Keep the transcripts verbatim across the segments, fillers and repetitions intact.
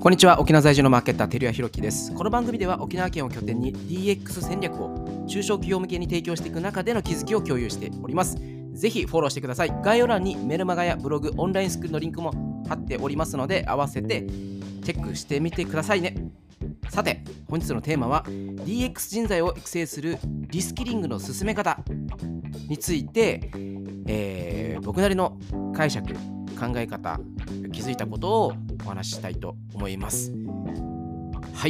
こんにちは。沖縄在住のマーケッター照屋弘樹です。この番組では沖縄県を拠点に ディーエックス 戦略を中小企業向けに提供していく中での気づきを共有しております。ぜひフォローしてください。概要欄にメルマガやブログ、オンラインスクールのリンクも貼っておりますので、合わせてチェックしてみてくださいね。さて、本日のテーマは ディーエックス 人材を育成するリスキリングの進め方について、えー、僕なりの解釈、考え方、気づいたことをお話ししたいと思います。はい。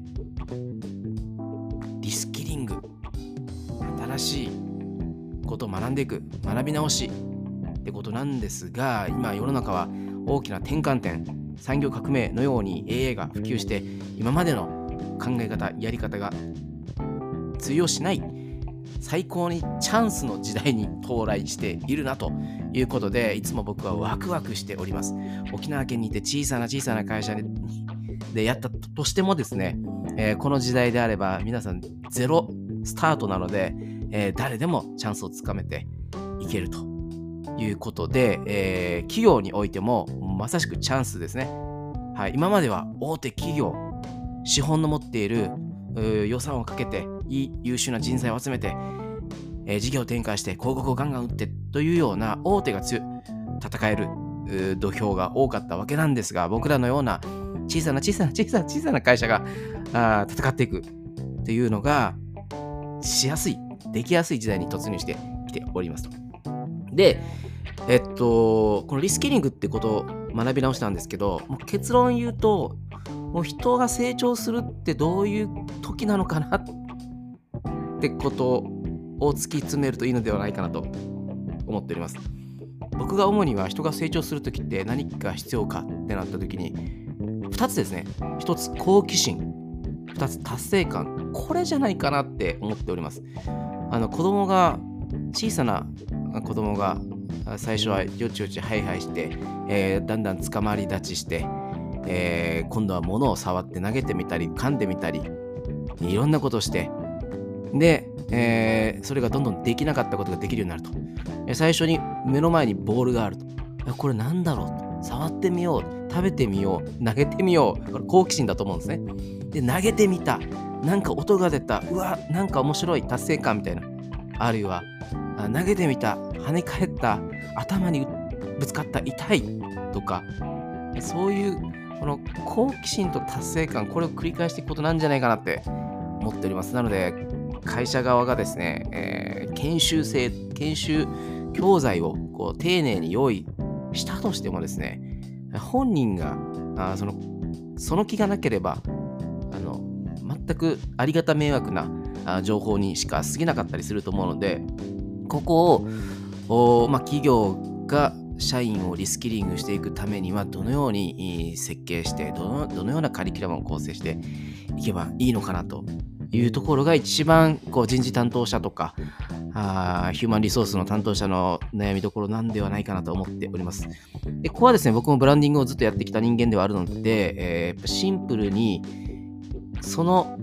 リスキリング。新しいことを学んでいく、学び直しってことなんですが、今世の中は大きな転換点、産業革命のように エーアイ が普及して、今までの考え方、やり方が通用しない最高にチャンスの時代に到来しているなということで、いつも僕はワクワクしております。沖縄県にいて小さな小さな会社で、でやったとしてもですね、えー、この時代であれば皆さんゼロスタートなので、えー、誰でもチャンスをつかめていけるということで、えー、企業においてもまさしくチャンスですね。はい、今までは大手企業、資本の持っている予算をかけていい優秀な人材を集めて、えー、事業を展開して広告をガンガン打ってというような大手が強い戦える土俵が多かったわけなんですが、僕らのような小さな小さな小さな小さな会社があ戦っていくというのがしやすい、できやすい時代に突入してきておりますと。で、えっとこのリスキリングってことを学び直したんですけど、もう結論言うと、もう人が成長するってどういう時なのかなってことを突き詰めるといいのではないかなと思っております。僕が主には人が成長する時って何か必要かってなった時にふたつですね。ひとつ好奇心、ふたつ達成感、これじゃないかなって思っております。あの子供が小さな子供が最初はよちよちハイハイして、えー、だんだん捕まり立ちして、えー、今度は物を触って投げてみたり噛んでみたりいろんなことをしてで、えー、それがどんどんできなかったことができるようになると、えー、最初に目の前にボールがあると、これなんだろうと、触ってみよう、食べてみよう、投げてみよう、これ好奇心だと思うんですね。で投げてみた、なんか音が出た、うわなんか面白い、達成感みたいな、あるいは投げてみた、跳ね返った、頭にぶつかった、痛いとか、そういうこの好奇心と達成感、これを繰り返していくことなんじゃないかなって思っております。なので会社側がですね、えー、研修生研修教材をこう丁寧に用意したとしてもですね、本人があそのその気がなければあの全くありがた迷惑なあ情報にしか過ぎなかったりすると思うので、ここを、まあ、企業が社員をリスキリングしていくためにはどのように設計してどの、どのようなカリキュラムを構成していけばいいのかなというところが一番こう人事担当者とかあヒューマンリソースの担当者の悩みどころなんではないかなと思っております。でここはですね、僕もブランディングをずっとやってきた人間ではあるので、えー、シンプルにその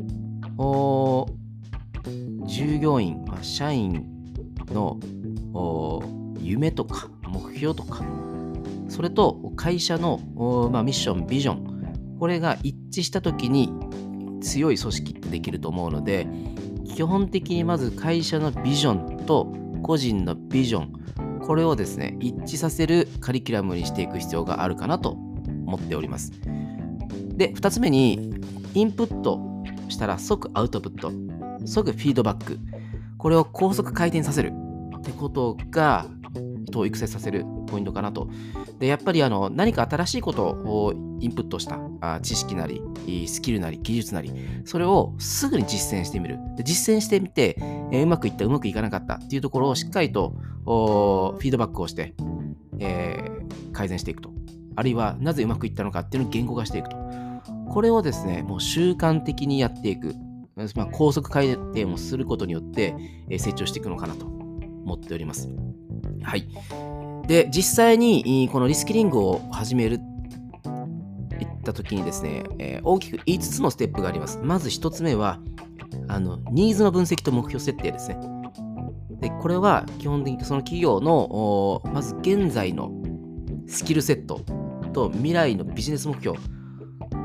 従業員、まあ、社員の夢とか目標とか、それと会社の、まあ、ミッション、ビジョン、これが一致したときに強い組織ってできると思うので、基本的にまず会社のビジョンと個人のビジョン、これをですね一致させるカリキュラムにしていく必要があるかなと思っております。で、ふたつめにインプットしたら即アウトプット、即フィードバック、これを高速回転させるってことが人を育成させるポイントかなと。でやっぱりあの何か新しいことをインプットしたあ知識なりスキルなり技術なり、それをすぐに実践してみる。で実践してみて、えー、うまくいったうまくいかなかったっていうところをしっかりとフィードバックをして、えー、改善していくと、あるいはなぜうまくいったのかっていうのを言語化していくと、これをですねもう習慣的にやっていく、まあ、高速回転をすることによって、えー、成長していくのかなと思っております。はい。で、実際にこのリスキリングを始めるといったときにですね、えー、大きくいつつのステップがあります。まずひとつめは、あのニーズの分析と目標設定ですね。で、これは基本的にその企業のまず現在のスキルセットと未来のビジネス目標、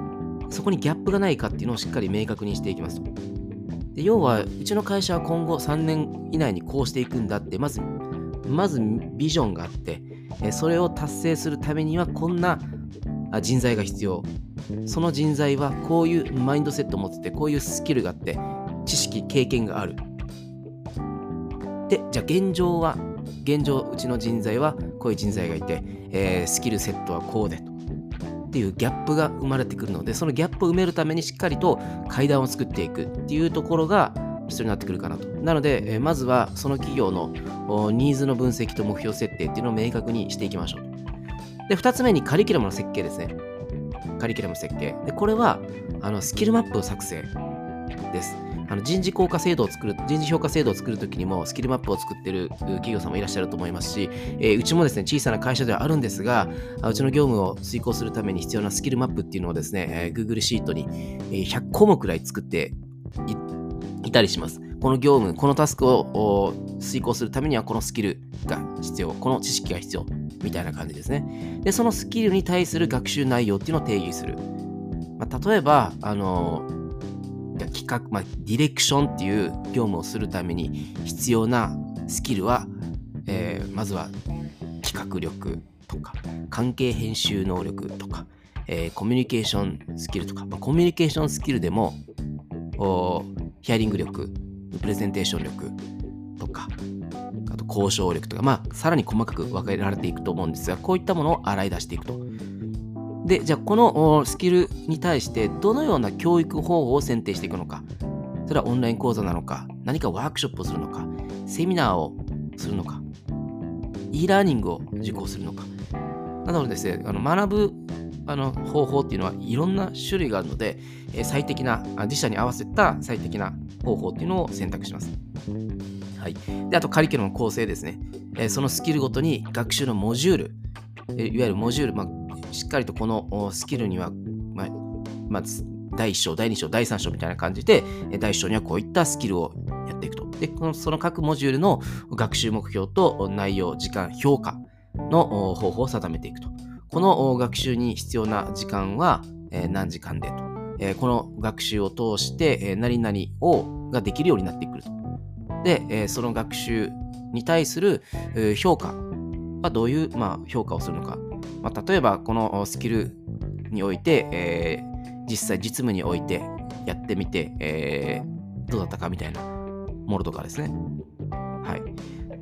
そこにギャップがないかっていうのをしっかり明確にしていきますと。で要は、うちの会社は今後さんねん以内にこうしていくんだって、まず、まずビジョンがあって、えそれを達成するためにはこんなあ人材が必要。その人材はこういうマインドセットを持ってて、こういうスキルがあって、知識、経験がある。で、じゃあ現状は、現状、うちの人材はこういう人材がいて、えースキルセットはこうでと。っていうギャップが生まれてくるので、そのギャップを埋めるためにしっかりと階段を作っていくっていうところが必要になってくるかなと。なので、えーまずはその企業のおニーズの分析と目標設定っていうのを明確にしていきましょう。で、ふたつめにカリキュラムの設計ですね。カリキュラム設計。で、これはあのスキルマップを作成です。あの人事効果制度を作る、人事評価制度を作るときにもスキルマップを作っているう企業さんもいらっしゃると思いますし、えーうちもですね、小さな会社ではあるんですが、あうちの業務を遂行するために必要なスキルマップっていうのをですね、えー Google シートにえーひゃっこもくらい作ってい、いたりします。この業務、このタスクをお遂行するためにはこのスキルが必要、この知識が必要みたいな感じですね。で、そのスキルに対する学習内容っていうのを定義する。まあ、例えば、あのー企画、まあ、ディレクションっていう業務をするために必要なスキルは、えーまずは企画力とか関係編集能力とか、えーコミュニケーションスキルとか、まあ、コミュニケーションスキルでもおヒアリング力、プレゼンテーション力とか、あと交渉力とか、まあ、さらに細かく分けられていくと思うんですが、こういったものを洗い出していくと。で、じゃあこのおスキルに対してどのような教育方法を選定していくのか。それはオンライン講座なのか、何かワークショップをするのか、セミナーをするのか、e ラーニングを受講するのか。なのでですね、あの学ぶあの方法っていうのはいろんな種類があるので、えー最適な、あ自社に合わせた最適な方法っていうのを選択します。はい。で、あとカリキュラムの構成ですね。えーそのスキルごとに学習のモジュール、えーいわゆるモジュール、まあ、しっかりとこのおスキルには、まあ、まずだいいっ章、だいに章、だいさん章みたいな感じで、えーだいいっ章にはこういったスキルをやっていくと。で、このその各モジュールの学習目標と内容、時間、評価のお方法を定めていくと。このお学習に必要な時間は、えー何時間でと。えーこの学習を通して、えー何々をができるようになってくると。で、えーその学習に対するえー評価はどういう、まあ、評価をするのか。まあ、例えば、このおスキルにおいて、えー実際実務においてやってみて、えーどうだったかみたいなものとかですね。はい。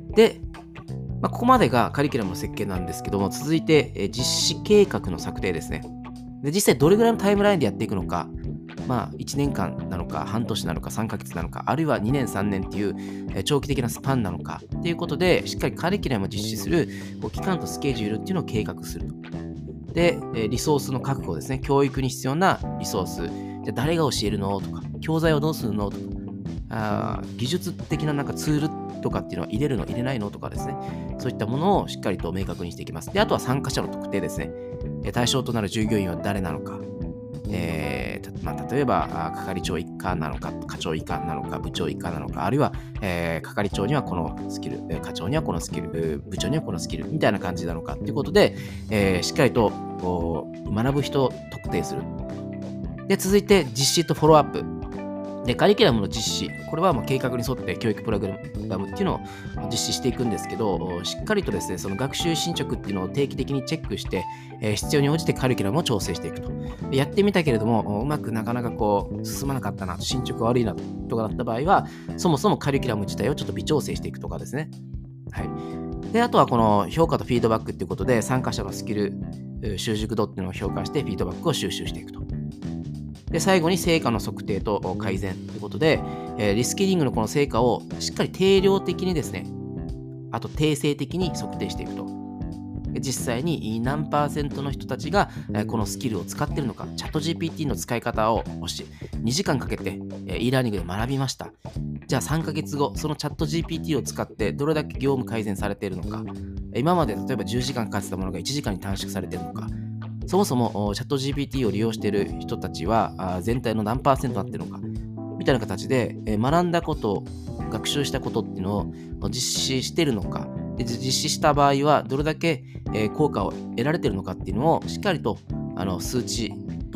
で、まあ、ここまでがカリキュラムの設計なんですけども、続いて、えー実施計画の策定ですね。で、実際どれぐらいのタイムラインでやっていくのか、まあ、いちねんかんなのか、半年なのか、さんかげつなのか、あるいはにねん、さんねんっていう、えー長期的なスパンなのかっていうことで、しっかりカリキュラムを実施するこう期間とスケジュールっていうのを計画すると。で、えーリソースの確保ですね。教育に必要なリソース。じゃあ誰が教えるのとか、教材をどうするのとか、あー技術的ななんかツールとかっていうのは入れるの入れないのとかですね。そういったものをしっかりと明確にしていきます。で、あとは参加者の特定ですね。えー対象となる従業員は誰なのか。えーたまあ、例えば、あー係長以下なのか、課長以下なのか、部長以下なのか、あるいは、えー係長にはこのスキル、えー課長にはこのスキル、えー部長にはこのスキルみたいな感じなのかということで、えーしっかりとこう学ぶ人を特定する。で、続いて実施とフォローアップ。で、カリキュラムの実施、これはもう計画に沿って教育プログラムっていうのを実施していくんですけど、しっかりとですね、その学習進捗っていうのを定期的にチェックして、えー必要に応じてカリキュラムを調整していくと。でやってみたけれども、うまくなかなかこう進まなかったな、進捗が悪いなとかだった場合は、そもそもカリキュラム自体をちょっと微調整していくとかですね。はい。で、あとはこの評価とフィードバックっていうことで、参加者のスキル、習熟度っていうのを評価して、フィードバックを収集していくと。で、最後に成果の測定と改善ということで、えーリスキリングのこの成果をしっかり定量的にですね、あと定性的に測定していくと。で実際に何パーセントの人たちがえーこのスキルを使っているのか、チャット ジーピーティー の使い方をもしにじかんかけてえー e ラーニングで学びました。じゃあさんかげつご、そのチャット ジーピーティー を使ってどれだけ業務改善されているのか、今まで例えばじゅうじかんかかってたものがいちじかんに短縮されているのか、そもそもチャット ジーピーティー を利用している人たちはあ全体の何パーセントになっているのかみたいな形で、えー学んだこと、学習したことっていうのを実施しているのか、で実施した場合はどれだけ、えー効果を得られているのかっていうのをしっかりとあの数値と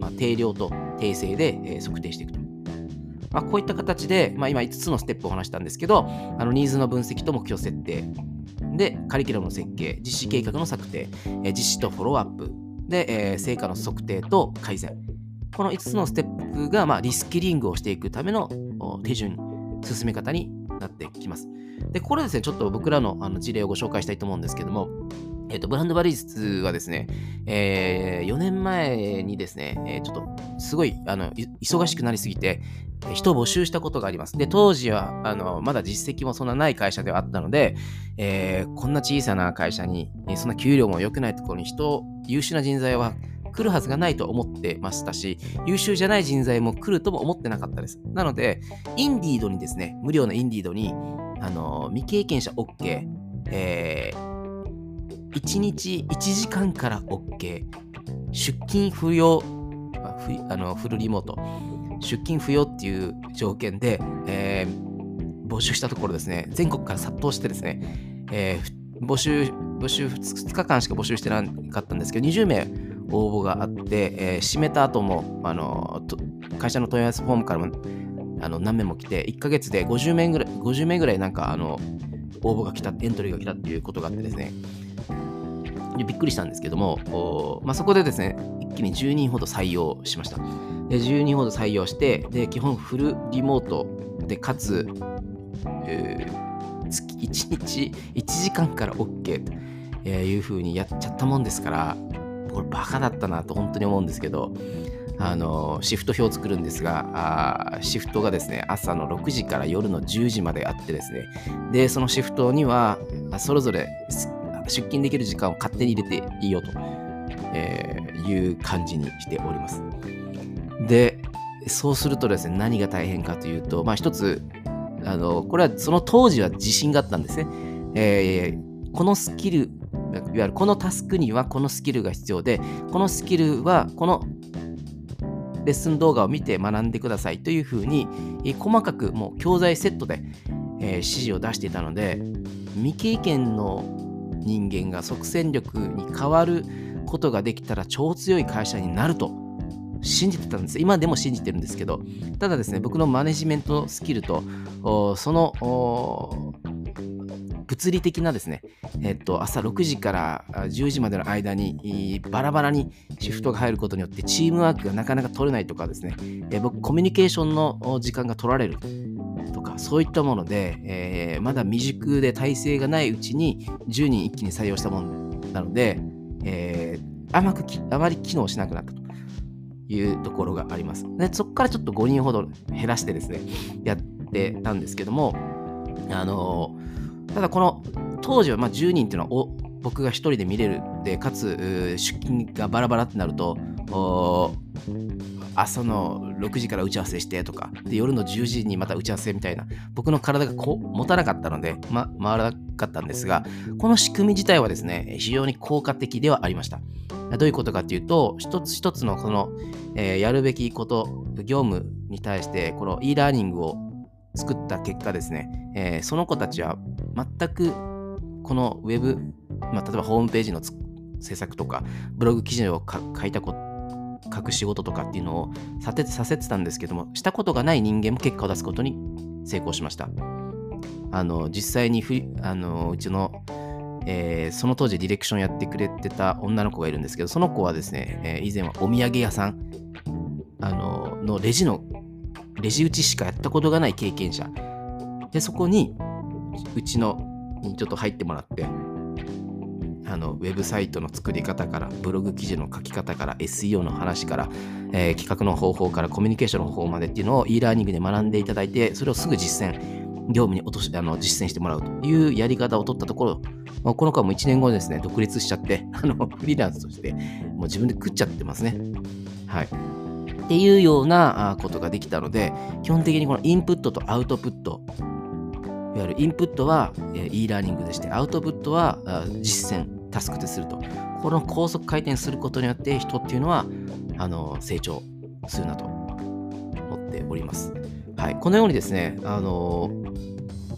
まあ、定量と定性で、えー測定していくと。まあ、こういった形で、まあ、今いつつのステップを話したんですけど、あのニーズの分析と目標設定で、カリキュラムの設計、実施計画の策定、えー実施とフォローアップで、えー成果の測定と改善。このいつつのステップが、まあ、リスキリングをしていくためのお手順、進め方になってきます。で、これですね、ちょっと僕らのあの事例をご紹介したいと思うんですけども、えっと、ブランドバリーズはですね、えーよねんまえにですね、えーちょっとすごいあのい忙しくなりすぎて、えー人を募集したことがあります。で、当時はあのまだ実績もそんなない会社ではあったので、えーこんな小さな会社に、えーそんな給料も良くないところに人、優秀な人材は来るはずがないと思ってましたし、優秀じゃない人材も来るとも思ってなかったです。なので、インディードにですね、無料のインディードに、あの未経験者 OK、えー、いちにちいちじかんから OK、出勤不要、あふあのフルリモート、出勤不要っていう条件で、えー募集したところですね、全国から殺到してですね、えー募集、募集ふつかかんしか募集してなかったんですけど、にじゅうめい応募があって、えー閉めた後も、あのと会社の問い合わせフォームからもあの何名も来て、いっかげつでごじゅうめいぐらい、ごじゅうめいぐらいなんかあの応募が来た、エントリーが来たっていうことがあってですね、でびっくりしたんですけども、おまあ、そこでですね、一気にじゅうにんほど採用しました。でじゅうにんほど採用して、で基本フルリモートで、かつ、えー月いちにちいちじかんから OK という風にやっちゃったもんですから、これバカだったなと本当に思うんですけど、あのシフト表を作るんですが、あシフトがですね、朝のろくじから夜のじゅうじまであってですね、でそのシフトにはそれぞれ出勤できる時間を勝手に入れていいよと、えーいう感じにしております。でそうするとですね、何が大変かというと、まあ一つ、あのこれはその当時は自信があったんですね。えーこのスキル、いわゆるこのタスクにはこのスキルが必要で、このスキルはこのレッスン動画を見て学んでくださいというふうに、えー細かくもう教材セットで、えー指示を出していたので、未経験の人間が即戦力に変わることができたら超強い会社になると信じてたんです。今でも信じてるんですけど、ただですね、僕のマネジメントスキルとおそのお物理的なですね、えっと、朝ろくじからあじゅうじまでの間にいバラバラにシフトが入ることによってチームワークがなかなか取れないとかですね、えー僕コミュニケーションのお時間が取られるとか、そういったもので、えーまだ未熟で体制がないうちにじゅうにん一気に採用したものなので、えーあまくきあまり機能しなくなったというところがあります。でそこからちょっとごにんほど減らしてですね、やってたんですけども、あのーただこの当時はまあじゅうにんっていうのはお僕が一人で見れるで、かつうー出勤がバラバラってなると、お朝のろくじから打ち合わせしてとかで、夜のじゅうじにまた打ち合わせみたいな、僕の体がこう持たなかったので、ま、回らなかったんですが、この仕組み自体はですね、非常に効果的ではありました。どういうことかっていうと、一つ一つのこの、えーやるべきこと、業務に対してこの e ラーニングを作った結果ですね、えーその子たちは全くこのウェブ、まあ、例えばホームページのつ制作とかブログ記事をか書いたこ書く仕事とかっていうのをさてさせてたんですけども、したことがない人間も結果を出すことに成功しました。あの実際にふあのうちの、えーその当時ディレクションやってくれてた女の子がいるんですけど、その子はですね、えー以前はお土産屋さんあののレジのレジ打ちしかやったことがない経験者で、そこにうちのにちょっと入ってもらって、あのウェブサイトの作り方からブログ記事の書き方から エスイーオー の話から、えー企画の方法からコミュニケーションの方法までっていうのを e ラーニングで学んでいただいて、それをすぐ実践業務に落としあの実践してもらうというやり方を取ったところ、まあこの子はもういちねんごですね、独立しちゃってあのフリーランスとしてもう自分で食っちゃってますね。はい。っていうようなあことができたので、基本的にこのインプットとアウトプット、いわゆるインプットは、えー e ラーニングでして、アウトプットはあ実践、タスクですると。この高速回転することによって人っていうのはあの成長するなと思っております。はい、このようにですね、あの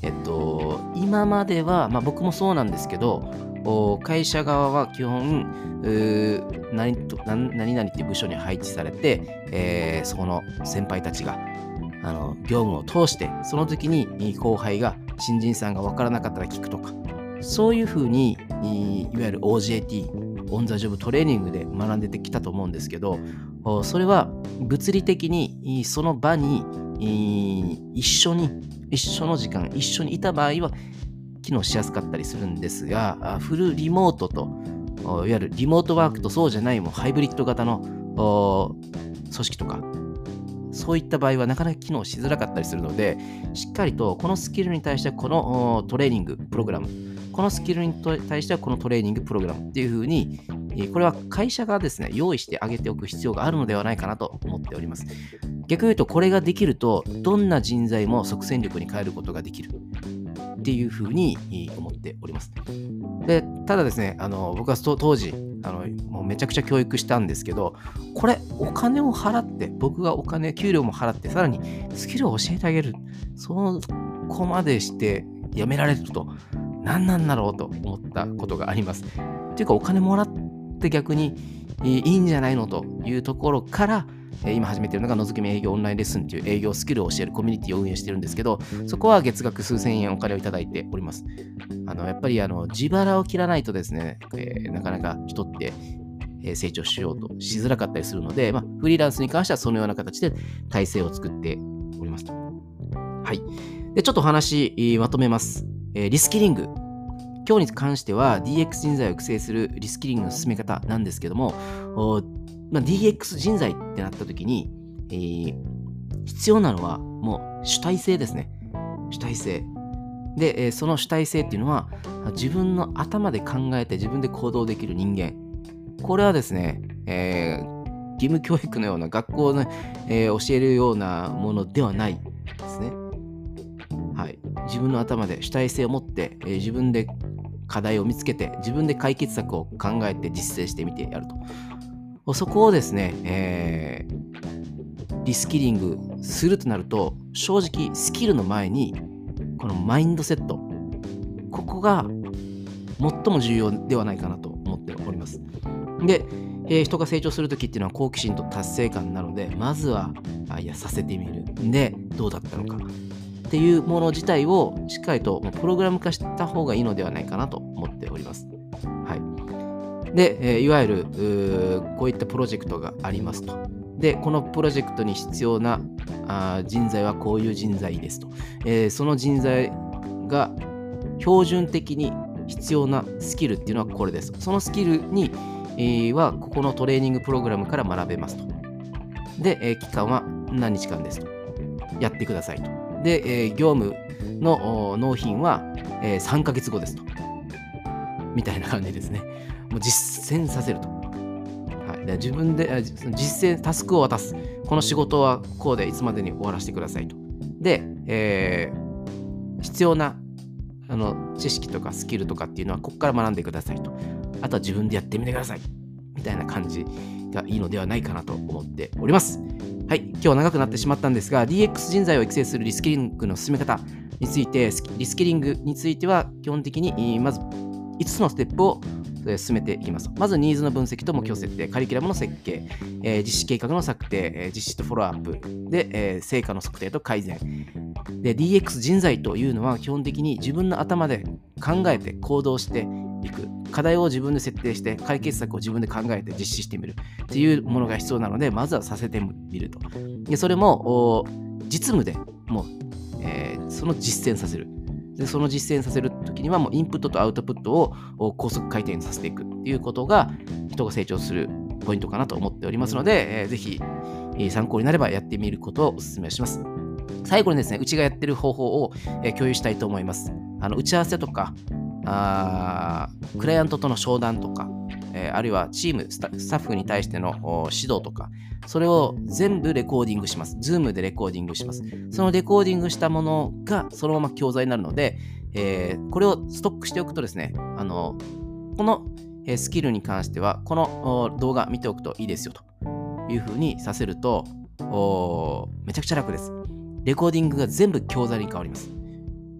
えっと、今までは、まあ、僕もそうなんですけど、お会社側は基本、うー何と何何々っていう部署に配置されて、えーそこの先輩たちがあの業務を通して、その時に後輩が新人さんが分からなかったら聞くとか、そういうふうにいいわゆる オージェーティー、オン・ザ・ジョブ・トレーニングで学んできたと思うんですけど、おそれは物理的にいその場にい一緒に、一緒の時間、一緒にいた場合は機能しやすかったりするんですが、あフルリモートと、おいわゆるリモートワークとそうじゃないもうハイブリッド型のお組織とか、そういった場合はなかなか機能しづらかったりするので、しっかりとこのスキルに対してはこのおトレーニングプログラム、このスキルに対してはこのトレーニングプログラムっていうふうに、えーこれは会社がですね、用意してあげておく必要があるのではないかなと思っております。逆に言うと、これができると、どんな人材も即戦力に変えることができるっていうふうにえー思っております。で、ただですね、あの僕はそ当時あの、もうめちゃくちゃ教育したんですけど、これ、お金を払って、僕がお金、給料も払って、さらにスキルを教えてあげる、そこまでしてやめられると、何なんだろうと思ったことがあります。っていうか、お金もらって逆にえーいいんじゃないのというところから、えー今始めているのが、のぞき見営業オンラインレッスンという営業スキルを教えるコミュニティを運営しているんですけど、そこは月額数千円お金をいただいております。あのやっぱりあの自腹を切らないとですね、えーなかなか人ってえー成長しようとしづらかったりするので、まあ、フリーランスに関してはそのような形で体制を作っておりますと。はい。で、ちょっとお話えーまとめます。えーリスキリング。今日に関しては ディーエックス 人材を育成するリスキリングの進め方なんですけども、おまあ、ディーエックス 人材ってなった時に、えー必要なのはもう主体性ですね。主体性。で、えーその主体性っていうのは自分の頭で考えて自分で行動できる人間。これはですね、えー義務教育のような学校の、えー教えるようなものではないですね。はい。自分の頭で主体性を持って、えー自分で課題を見つけて、自分で解決策を考えて実践してみてやると。そこをですね、えーリスキリングするとなると、正直スキルの前に、このマインドセット、ここが最も重要ではないかなと思っております。で、えー人が成長するときっていうのは好奇心と達成感なので、まずは、あいや、させてみる。で、どうだったのか。っていうもの自体をしっかりともうプログラム化した方がいいのではないかなと思っております。はい。で、えーいわゆるうーこういったプロジェクトがありますと。で、このプロジェクトに必要なあー人材はこういう人材ですと。えーその人材が標準的に必要なスキルっていうのはこれです。そのスキルに、えーはここのトレーニングプログラムから学べますと。で、えー期間は何日間ですと。やってくださいと。で、えー業務のお納品は、えーさんかげつごですと。みたいな感じですね。もう実践させると。はい、で自分であ実践、タスクを渡す。この仕事はこうでいつまでに終わらせてくださいと。で、えー必要なあの知識とかスキルとかっていうのはここから学んでくださいと。あとは自分でやってみてください。みたいな感じがいいのではないかなと思っております。はい、今日は長くなってしまったんですが、ディーエックス 人材を育成するリスキリングの進め方について、リスキリングについては基本的にえーまずいつつのステップをえー進めていきます。まずニーズの分析と目標設定、カリキュラムの設計、えー実施計画の策定、えー実施とフォローアップで、えー成果の測定と改善。で ディーエックス 人材というのは基本的に自分の頭で考えて行動していく。課題を自分で設定して解決策を自分で考えて実施してみるっていうものが必要なので、まずはさせてみると。でそれもお実務でもう、えーその実践させる。でその実践させるときにはもうインプットとアウトプットをお高速回転させていくっていうことが人が成長するポイントかなと思っておりますので、えーぜひ、えー参考になればやってみることをお勧めします。最後にですね、うちがやってる方法を、えー共有したいと思います。あの打ち合わせとか、あークライアントとの商談とか、えーあるいはチームスタ、スタッフに対してのお指導とか、それを全部レコーディングします。Zoom でレコーディングします。そのレコーディングしたものがそのまま教材になるので、えーこれをストックしておくとですね、あのこのえースキルに関しては、このお動画見ておくといいですよというふうにさせると、おめちゃくちゃ楽です。レコーディングが全部教材に変わります。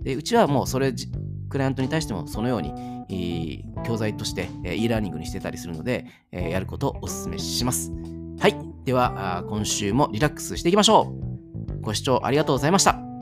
でうちはもうそれじクライアントに対してもそのように、えー教材として、えー e ラーニングにしてたりするので、えーやることをお勧めします。はい。では、あー今週もリラックスしていきましょう。ご視聴ありがとうございました。